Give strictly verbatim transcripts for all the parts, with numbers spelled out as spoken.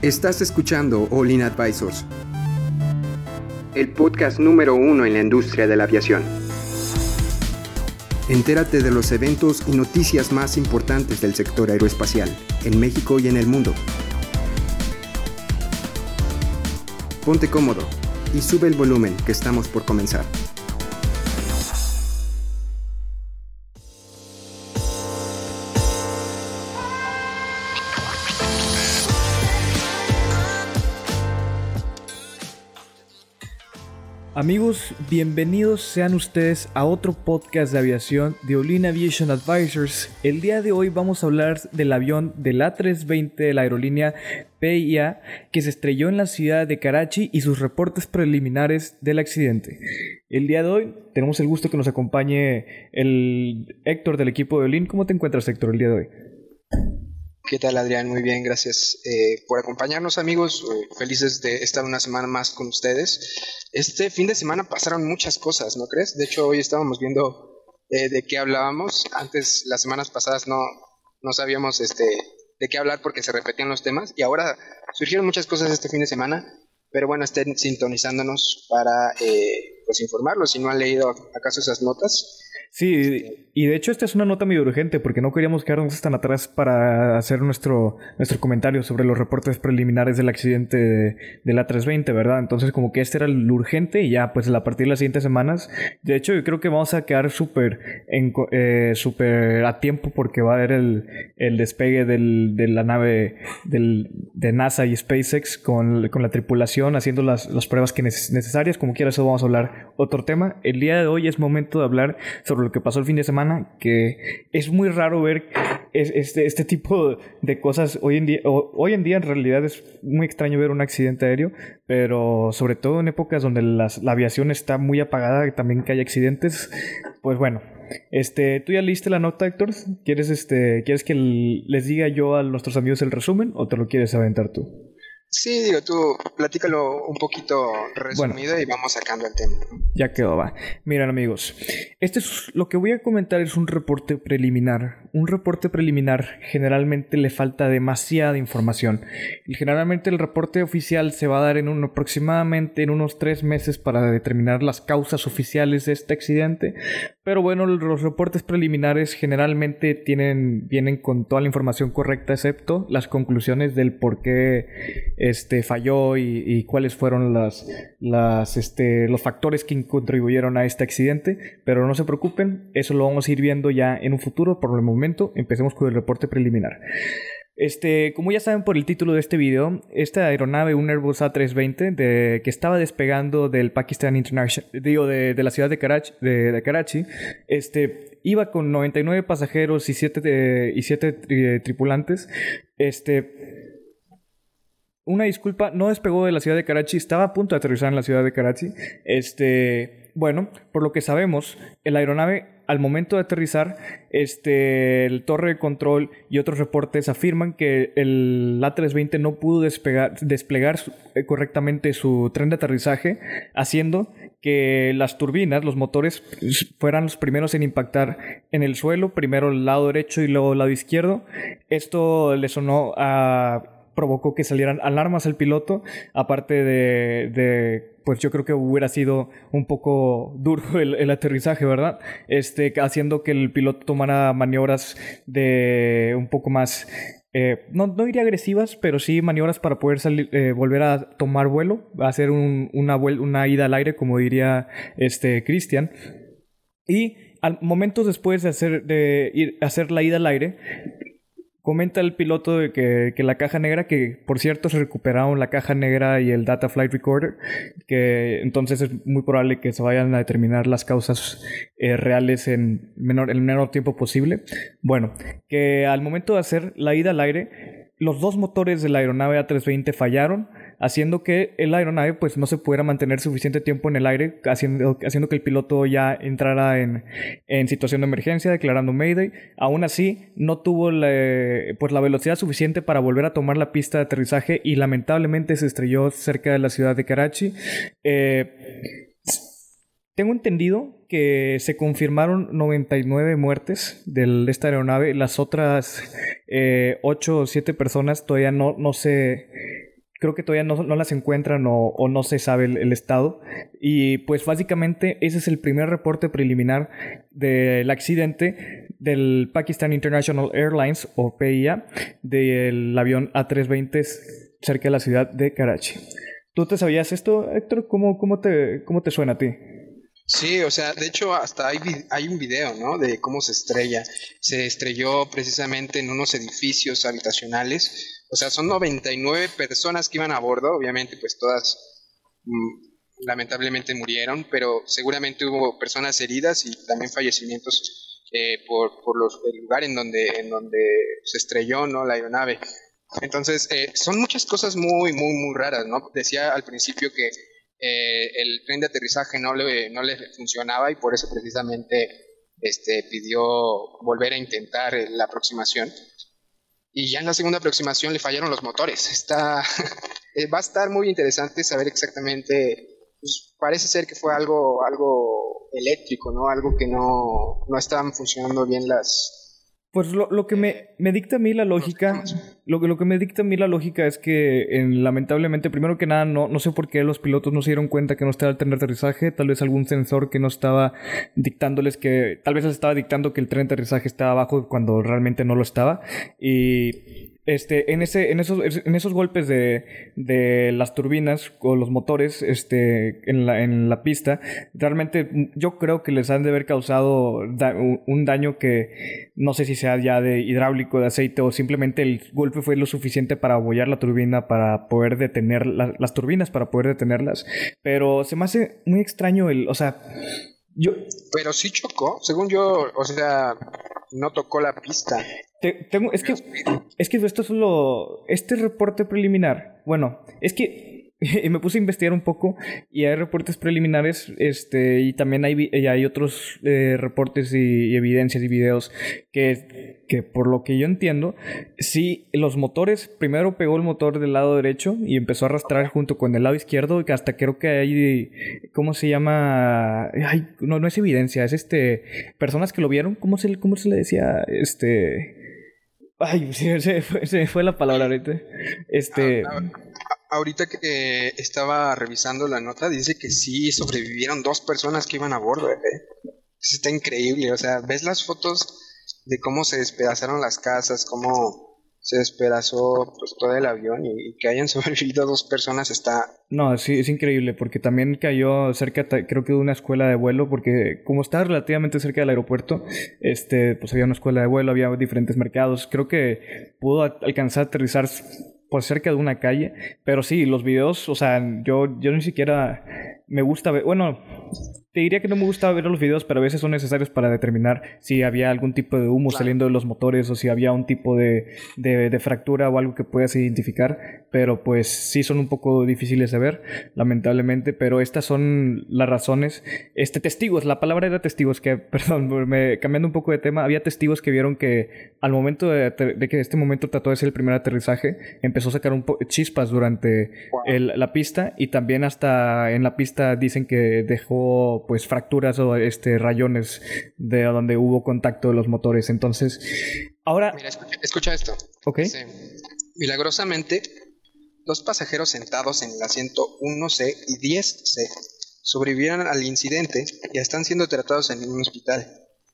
Estás escuchando All In Advisors, el podcast número uno en la industria de la aviación. Entérate de los eventos y noticias más importantes del sector aeroespacial, en México y en el mundo. Ponte cómodo y sube el volumen, que estamos por comenzar. Amigos, bienvenidos sean ustedes a otro podcast de aviación de All In Aviation Advisors. El día de hoy vamos a hablar del avión del A trescientos veinte de la aerolínea P I A que se estrelló en la ciudad de Karachi y sus reportes preliminares del accidente. El día de hoy tenemos el gusto que nos acompañe el Héctor del equipo de All In. ¿Cómo te encuentras, Héctor, el día de hoy? ¿Qué tal, Adrián? Muy bien, gracias eh, por acompañarnos, amigos. Eh, felices de estar una semana más con ustedes. Este fin de semana pasaron muchas cosas, ¿no crees? De hecho, hoy estábamos viendo eh, de qué hablábamos. Antes, las semanas pasadas, no, no sabíamos este, de qué hablar porque se repetían los temas. Y ahora surgieron muchas cosas este fin de semana. Pero bueno, estén sintonizándonos para eh, pues informarlos. Si no han leído acaso esas notas. Sí, y de hecho esta es una nota medio urgente porque no queríamos quedarnos tan atrás para hacer nuestro, nuestro comentario sobre los reportes preliminares del accidente de, del A trescientos veinte, ¿verdad? Entonces como que este era lo urgente y ya pues a partir de las siguientes semanas, de hecho yo creo que vamos a quedar súper eh, súper a tiempo porque va a haber el, el despegue del, de la nave del, de NASA y SpaceX con, con la tripulación haciendo las, las pruebas que neces- necesarias. Como quiera, eso vamos a hablar otro tema. El día de hoy es momento de hablar sobre lo que pasó el fin de semana, que es muy raro ver este, este tipo de cosas hoy en día. Hoy en día en realidad es muy extraño ver un accidente aéreo, pero sobre todo en épocas donde las, la aviación está muy apagada, también que hay accidentes. Pues bueno, este, ¿tú ya leíste la nota, Héctor? ¿Quieres, este, ¿quieres que les diga yo a nuestros amigos el resumen o te lo quieres aventar tú? Sí, digo, tú platícalo un poquito resumido, bueno, y vamos sacando el tema. Ya quedó, va. Miren, amigos, este es lo que voy a comentar es un reporte preliminar. Un reporte preliminar generalmente le falta demasiada información. Y generalmente el reporte oficial se va a dar en un, aproximadamente en unos tres meses para determinar las causas oficiales de este accidente. Pero bueno, los reportes preliminares generalmente tienen, vienen con toda la información correcta, excepto las conclusiones del por qué este, falló y, y cuáles fueron las, las, este, los factores que contribuyeron a este accidente. Pero no se preocupen, eso lo vamos a ir viendo ya en un futuro. Por el momento, empecemos con el reporte preliminar. Este, como ya saben por el título de este video, esta aeronave, un Airbus A trescientos veinte de, que estaba despegando del Pakistan International, digo, de, de la ciudad de Karachi, de, de Karachi, este, iba con noventa y nueve pasajeros y siete eh, y siete eh, tripulantes. Este, una disculpa, no despegó de la ciudad de Karachi, estaba a punto de aterrizar en la ciudad de Karachi. Este, bueno, por lo que sabemos, la aeronave al momento de aterrizar, este, el torre de control y otros reportes afirman que el A trescientos veinte no pudo despegar, desplegar su, eh, correctamente su tren de aterrizaje, haciendo que las turbinas, los motores, fueran los primeros en impactar en el suelo, primero el lado derecho y luego el lado izquierdo. Esto le sonó a... provocó que salieran alarmas al piloto, aparte de, de pues yo creo que hubiera sido un poco duro el, el aterrizaje, ¿verdad? Este, haciendo que el piloto tomara maniobras de un poco más, eh, no, no diría agresivas, pero sí maniobras para poder salir, eh, volver a tomar vuelo, hacer un, una, vuel- una ida al aire, como diría este Cristian. Y al momentos después de hacer, de ir, hacer la ida al aire, comenta el piloto de que, que la caja negra, que por cierto se recuperaron la caja negra y el Data Flight Recorder, que entonces es muy probable que se vayan a determinar las causas eh, reales en menor, el menor tiempo posible. Bueno, que al momento de hacer la ida al aire, los dos motores de la aeronave A trescientos veinte fallaron, haciendo que la aeronave pues no se pudiera mantener suficiente tiempo en el aire, haciendo, haciendo que el piloto ya entrara en, en situación de emergencia, declarando Mayday. Aún así, no tuvo la, pues, la velocidad suficiente para volver a tomar la pista de aterrizaje y lamentablemente se estrelló cerca de la ciudad de Karachi. Eh, tengo entendido que se confirmaron noventa y nueve muertes de esta aeronave. Las otras eh, ocho o siete personas todavía no, no se... creo que todavía no, no las encuentran o, o no se sabe el, el estado. Y pues básicamente ese es el primer reporte preliminar del accidente del Pakistan International Airlines o P I A del avión A trescientos veinte cerca de la ciudad de Karachi. ¿Tú te sabías esto, Héctor? ¿Cómo, cómo, te, cómo te suena a ti? Sí, o sea, de hecho hasta hay, vi- hay un video, ¿no? De cómo se estrella. Se estrelló precisamente en unos edificios habitacionales. O sea, son noventa y nueve personas que iban a bordo. Obviamente, pues todas mm, lamentablemente murieron, pero seguramente hubo personas heridas y también fallecimientos eh, por, por los, el lugar en donde, en donde se estrelló, ¿no? La aeronave. Entonces, eh, son muchas cosas muy, muy, muy raras, ¿no? Decía al principio que eh, el tren de aterrizaje no le, no le funcionaba y por eso precisamente este, pidió volver a intentar eh, la aproximación. Y ya en la segunda aproximación le fallaron los motores. Está, eh, va a estar muy interesante saber exactamente, pues, parece ser que fue algo, algo eléctrico, ¿no? Algo que no, no estaban funcionando bien las... Pues lo, lo que me, me dicta a mí la los lógica, sistemas. lo que, lo que me dicta a mí la lógica es que en- lamentablemente, primero que nada, no, no sé por qué los pilotos no se dieron cuenta que no estaba el tren de aterrizaje, tal vez algún sensor que no estaba dictándoles que, tal vez les estaba dictando que el tren de aterrizaje estaba abajo cuando realmente no lo estaba. Y este, en ese, en esos, en esos golpes de, de las turbinas o los motores, este, en la, en la pista, realmente mm, yo creo que les han de haber causado da- un un daño que no sé si sea ya de hidráulico, de aceite, o simplemente el golpe fue lo suficiente para abollar la turbina, para poder detener la- las turbinas, para poder detenerlas. Pero se me hace muy extraño el, o sea, yo Pero sí chocó, según yo, o sea, no tocó la pista. te- tengo, es que, es que esto es lo, este reporte preliminar, bueno, es que y me puse a investigar un poco y hay reportes preliminares, este, y también hay, vi- y hay otros eh, reportes y, y evidencias y videos que, que por lo que yo entiendo, sí, los motores, primero pegó el motor del lado derecho y empezó a arrastrar junto con el lado izquierdo, y hasta creo que hay, ¿cómo se llama? Ay, no, no es evidencia, es este, personas que lo vieron, ¿cómo se, cómo se le decía? Este... Ay, sí, se fue, se fue la palabra ahorita. A- Este, a- ahorita que eh, estaba revisando la nota, dice que sí sobrevivieron dos personas que iban a bordo, ¿eh? Eso está increíble, o sea, ves las fotos de cómo se despedazaron las casas, cómo se despedazó pues todo el avión y, y que hayan sobrevivido dos personas está... no, sí, es increíble porque también cayó cerca, ta- creo que de una escuela de vuelo, porque como está relativamente cerca del aeropuerto, este, pues había una escuela de vuelo, había diferentes mercados. Creo que pudo a- alcanzar a aterrizar s- por cerca de una calle, pero sí, los videos, o sea, yo, yo ni siquiera me gusta ver, bueno, te diría que no me gusta ver los videos, pero a veces son necesarios para determinar si había algún tipo de humo Claro. saliendo de los motores o si había un tipo de, de, de fractura o algo que puedas identificar, pero pues sí son un poco difíciles de ver, lamentablemente, pero estas son las razones. Este, testigos, la palabra era testigos, que, perdón, me, cambiando un poco de tema, había testigos que vieron que al momento de, ater- de que este momento trató de ser el primer aterrizaje, empezó a sacar un po- chispas durante Wow. el- la pista, y también hasta en la pista dicen que dejó pues fracturas o este rayones de donde hubo contacto de los motores. Entonces, ahora, Mira, escucha, escucha esto. ok, Dice, milagrosamente, dos pasajeros sentados en el asiento uno C y diez C sobrevivieron al incidente y están siendo tratados en un hospital.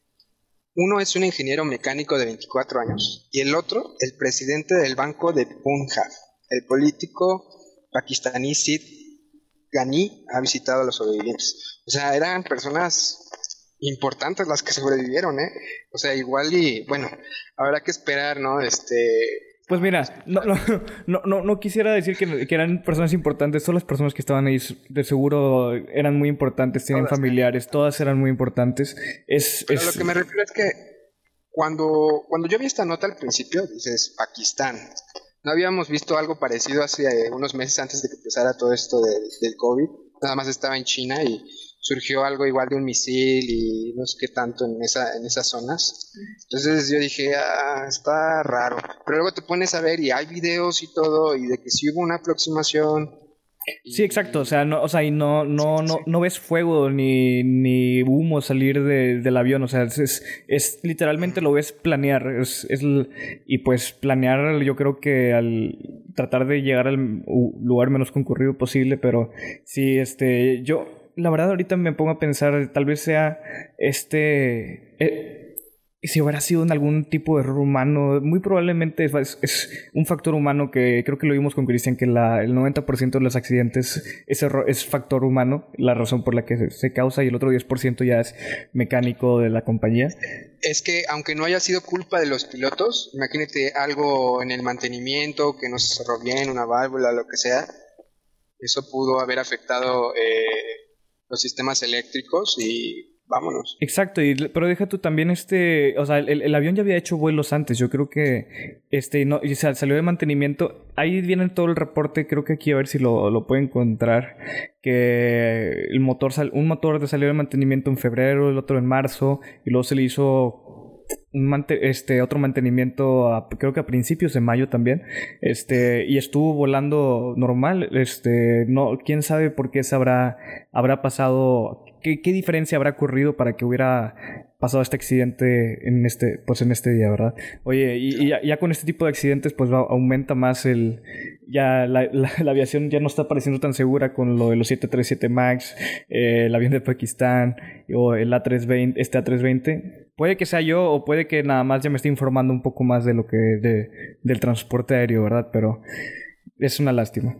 Uno es un ingeniero mecánico de veinticuatro años y el otro, el presidente del banco de Punjab. El político pakistaní Sid Ghani ha visitado a los sobrevivientes. O sea, eran personas importantes las que sobrevivieron, ¿eh? O sea, igual y, bueno, habrá que esperar, ¿no? Este, pues mira, no, no, no, no, no quisiera decir que, que eran personas importantes, todas las personas que estaban ahí de seguro eran muy importantes, tienen Todas, familiares, todas eran muy importantes. Es, pero a lo es, que me refiero es que cuando, cuando yo vi esta nota al principio, dices Pakistán. No habíamos visto algo parecido hace eh, unos meses antes de que empezara todo esto del, del COVID. Nada más estaba en China y surgió algo igual de un misil y no sé qué tanto en esa, en esas zonas. Entonces yo dije, ah, está raro. Pero luego te pones a ver y hay videos y todo, y de que sí hubo una aproximación. Sí, exacto, o sea, no, o sea, y no, no, no, no ves fuego ni, ni humo salir de, del avión, o sea, es, es, es literalmente lo ves planear, es, es, y pues planear yo creo que al tratar de llegar al lugar menos concurrido posible, pero sí, este, yo, la verdad ahorita me pongo a pensar, tal vez sea este... Eh, si hubiera sido en algún tipo de error humano, muy probablemente es, es un factor humano que creo que lo vimos con Cristian, que la, el noventa por ciento de los accidentes es, error, es factor humano, la razón por la que se, se causa, y el otro diez por ciento ya es mecánico de la compañía. Es que aunque no haya sido culpa de los pilotos, imagínate algo en el mantenimiento, que no se cerró bien, una válvula, lo que sea, eso pudo haber afectado eh, los sistemas eléctricos y... vámonos. Exacto, y, pero deja tú también este, o sea, el, el avión ya había hecho vuelos antes, yo creo que este, no, o sea, salió de mantenimiento, ahí viene todo el reporte, creo que aquí a ver si lo, lo puedo encontrar, que el motor, sal, un motor salió de mantenimiento en febrero, el otro en marzo, y luego se le hizo un mante este otro mantenimiento a, creo que a principios de mayo también, este, y estuvo volando normal, este, no, quién sabe por qué se habrá, habrá pasado. ¿Qué, ¿Qué diferencia habrá ocurrido para que hubiera pasado este accidente en este, pues en este día, verdad? Oye, y, y ya, ya con este tipo de accidentes, pues va, aumenta más el... Ya la, la, la aviación ya no está pareciendo tan segura con lo de los siete treinta y siete MAX, eh, el avión de Pakistán, o el A trescientos veinte, este A trescientos veinte. Puede que sea yo, o puede que nada más ya me esté informando un poco más de lo que... De, del transporte aéreo, ¿verdad? Pero es una lástima.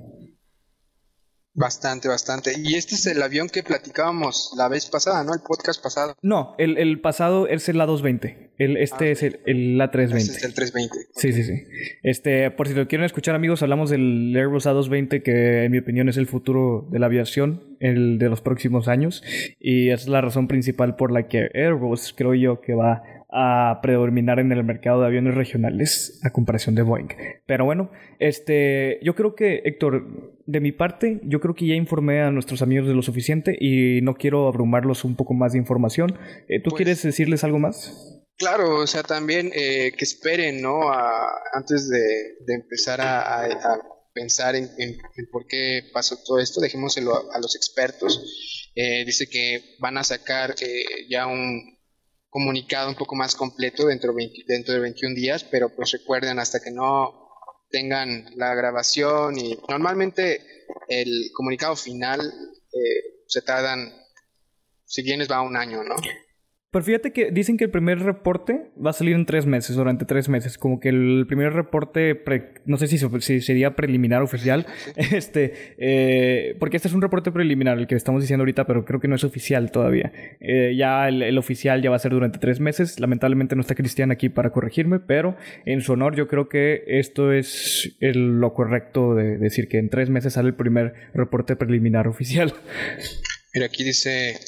Bastante, bastante. Y este es el avión que platicábamos la vez pasada, ¿no? El podcast pasado. No, el, el pasado es el A doscientos veinte. El, este ah, es el, el A trescientos veinte. Este es el trescientos veinte. Sí, sí, sí. Este, por si lo quieren escuchar, amigos, hablamos del Airbus A doscientos veinte, que en mi opinión es el futuro de la aviación, el de los próximos años. Y es la razón principal por la que Airbus, creo yo, que va a predominar en el mercado de aviones regionales a comparación de Boeing. Pero bueno, este, yo creo que, Héctor, de mi parte, yo creo que ya informé a nuestros amigos de lo suficiente y no quiero abrumarlos un poco más de información. Eh, ¿Tú pues, quieres decirles algo más? Claro, o sea, también eh, que esperen, ¿no? A, antes de, de empezar a, a, a pensar en, en, en por qué pasó todo esto, dejémoselo a, a los expertos. Eh, dice que van a sacar eh, ya un comunicado un poco más completo dentro, veinte, dentro de veintiún días, pero pues recuerden, hasta que no tengan la grabación, y normalmente el comunicado final eh, se tardan, si bien les va un año, ¿no? Pero fíjate que dicen que el primer reporte va a salir en tres meses, durante tres meses. Como que el primer reporte, pre, no sé si, si sería preliminar oficial, este, eh, porque este es un reporte preliminar, el que estamos diciendo ahorita, pero creo que no es oficial todavía. Eh, ya el, el oficial ya va a ser durante tres meses. Lamentablemente no está Cristian aquí para corregirme, pero en su honor yo creo que esto es el, lo correcto de decir que en tres meses sale el primer reporte preliminar oficial. Mira, aquí dice...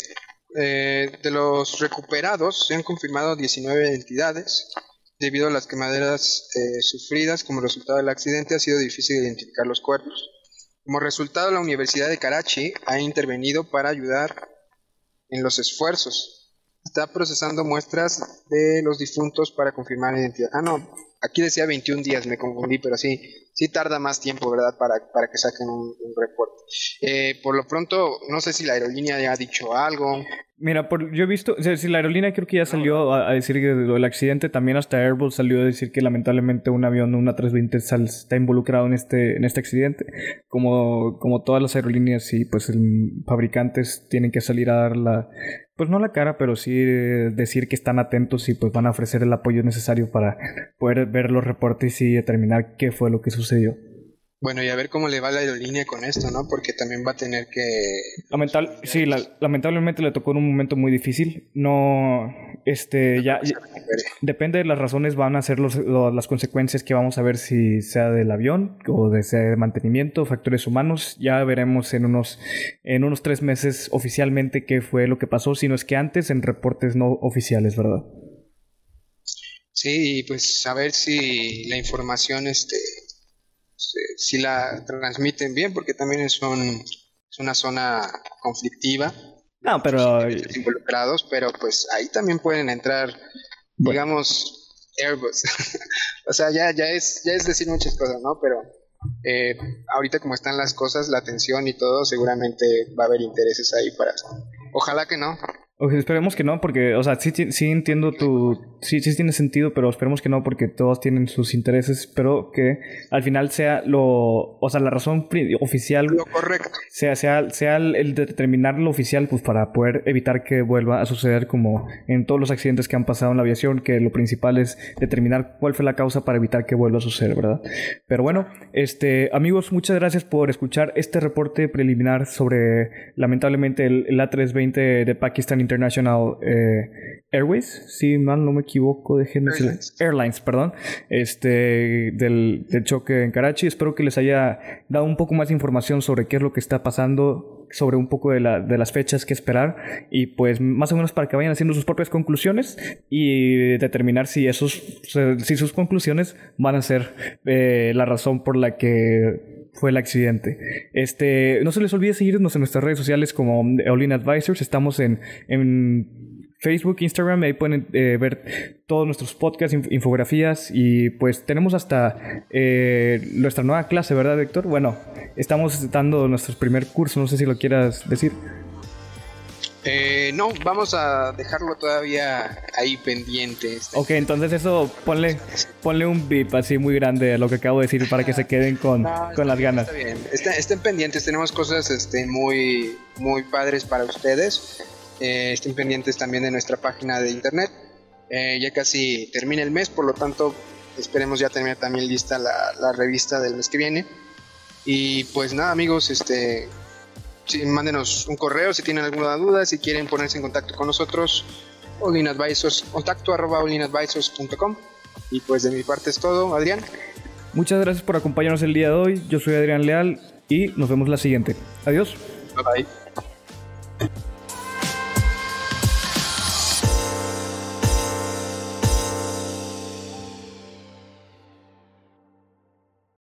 Eh, de los recuperados se han confirmado diecinueve entidades. Debido a las quemaduras eh, sufridas como resultado del accidente, ha sido difícil identificar los cuerpos. Como resultado, la Universidad de Karachi ha intervenido para ayudar en los esfuerzos. Está procesando muestras de los difuntos para confirmar la identidad. Ah, no, aquí decía veintiún días, me confundí, pero sí, sí tarda más tiempo, ¿verdad? Para, para que saquen un, un reporte. Eh, por lo pronto, no sé si la aerolínea ya ha dicho algo. Mira, por, yo he visto, o sea, si la aerolínea creo que ya salió a, a decir que lo del accidente, también hasta Airbus salió a decir que lamentablemente un avión, una A trescientos veinte está involucrado en este, en este accidente. Como, como todas las aerolíneas y pues el, fabricantes tienen que salir a dar la, pues no la cara, pero sí eh, decir que están atentos y pues van a ofrecer el apoyo necesario para poder ver los reportes y determinar qué fue lo que sucedió. Bueno, y a ver cómo le va a la aerolínea con esto, ¿no? Porque también va a tener que... Lamental, sí, la, lamentablemente le tocó en un momento muy difícil. No, este, ya, ya depende de las razones, van a ser los, los, las consecuencias que vamos a ver, si sea del avión o de, sea de mantenimiento, factores humanos. Ya veremos en unos, en unos tres meses oficialmente qué fue lo que pasó, si no es que antes en reportes no oficiales, ¿verdad? Sí, pues a ver si la información, este... si la transmiten bien, porque también es, un, es una zona conflictiva. No, pero... involucrados, pero pues ahí también pueden entrar, bueno, digamos, Airbus. O sea, ya, ya, es, ya es decir muchas cosas, ¿no? Pero eh, ahorita como están las cosas, la atención y todo, seguramente va a haber intereses ahí para... Ojalá que no. Okay, esperemos que no, porque, o sea, sí, sí entiendo tu... Sí, sí tiene sentido, pero esperemos que no, porque todos tienen sus intereses, pero que al final sea lo... O sea, la razón oficial... Lo correcto. Sea, sea, sea el, el determinar lo oficial, pues para poder evitar que vuelva a suceder como en todos los accidentes que han pasado en la aviación, que lo principal es determinar cuál fue la causa para evitar que vuelva a suceder, ¿verdad? Pero bueno, este, amigos, muchas gracias por escuchar este reporte preliminar sobre, lamentablemente, el, el A trescientos veinte de Pakistan International eh, Airways, si mal no me equivoco, déjenme decirle, Airlines. Airlines, perdón, este, del, del choque en Karachi. Espero que les haya dado un poco más de información sobre qué es lo que está pasando, sobre un poco de, la, de las fechas que esperar, y pues más o menos para que vayan haciendo sus propias conclusiones y determinar si esos, si sus conclusiones van a ser eh, la razón por la que fue el accidente. Este, no se les olvide seguirnos en nuestras redes sociales como All In Advisors. Estamos en, en Facebook, Instagram, ahí pueden eh, ver todos nuestros podcasts, inf- infografías, y pues tenemos hasta eh, nuestra nueva clase, ¿verdad, Héctor? Bueno, estamos dando nuestro primer curso, no sé si lo quieras decir. Eh, no, vamos a dejarlo todavía ahí pendiente. Este. Ok, entonces eso, ponle, ponle un beep así muy grande a lo que acabo de decir para que se queden con, no, con las bien, ganas. Está bien, está, estén pendientes, tenemos cosas este, muy, muy padres para ustedes. Eh, estén pendientes también de nuestra página de internet. Eh, ya casi termina el mes, por lo tanto esperemos ya tener también lista la, la revista del mes que viene. Y pues nada, amigos, este... Sí, mándenos un correo si tienen alguna duda, si quieren ponerse en contacto con nosotros, All In Advisors, contacto arroba all in advisors punto com. Y pues de mi parte es todo, Adrián. Muchas gracias por acompañarnos el día de hoy. Yo soy Adrián Leal y nos vemos la siguiente. Adiós. Bye bye.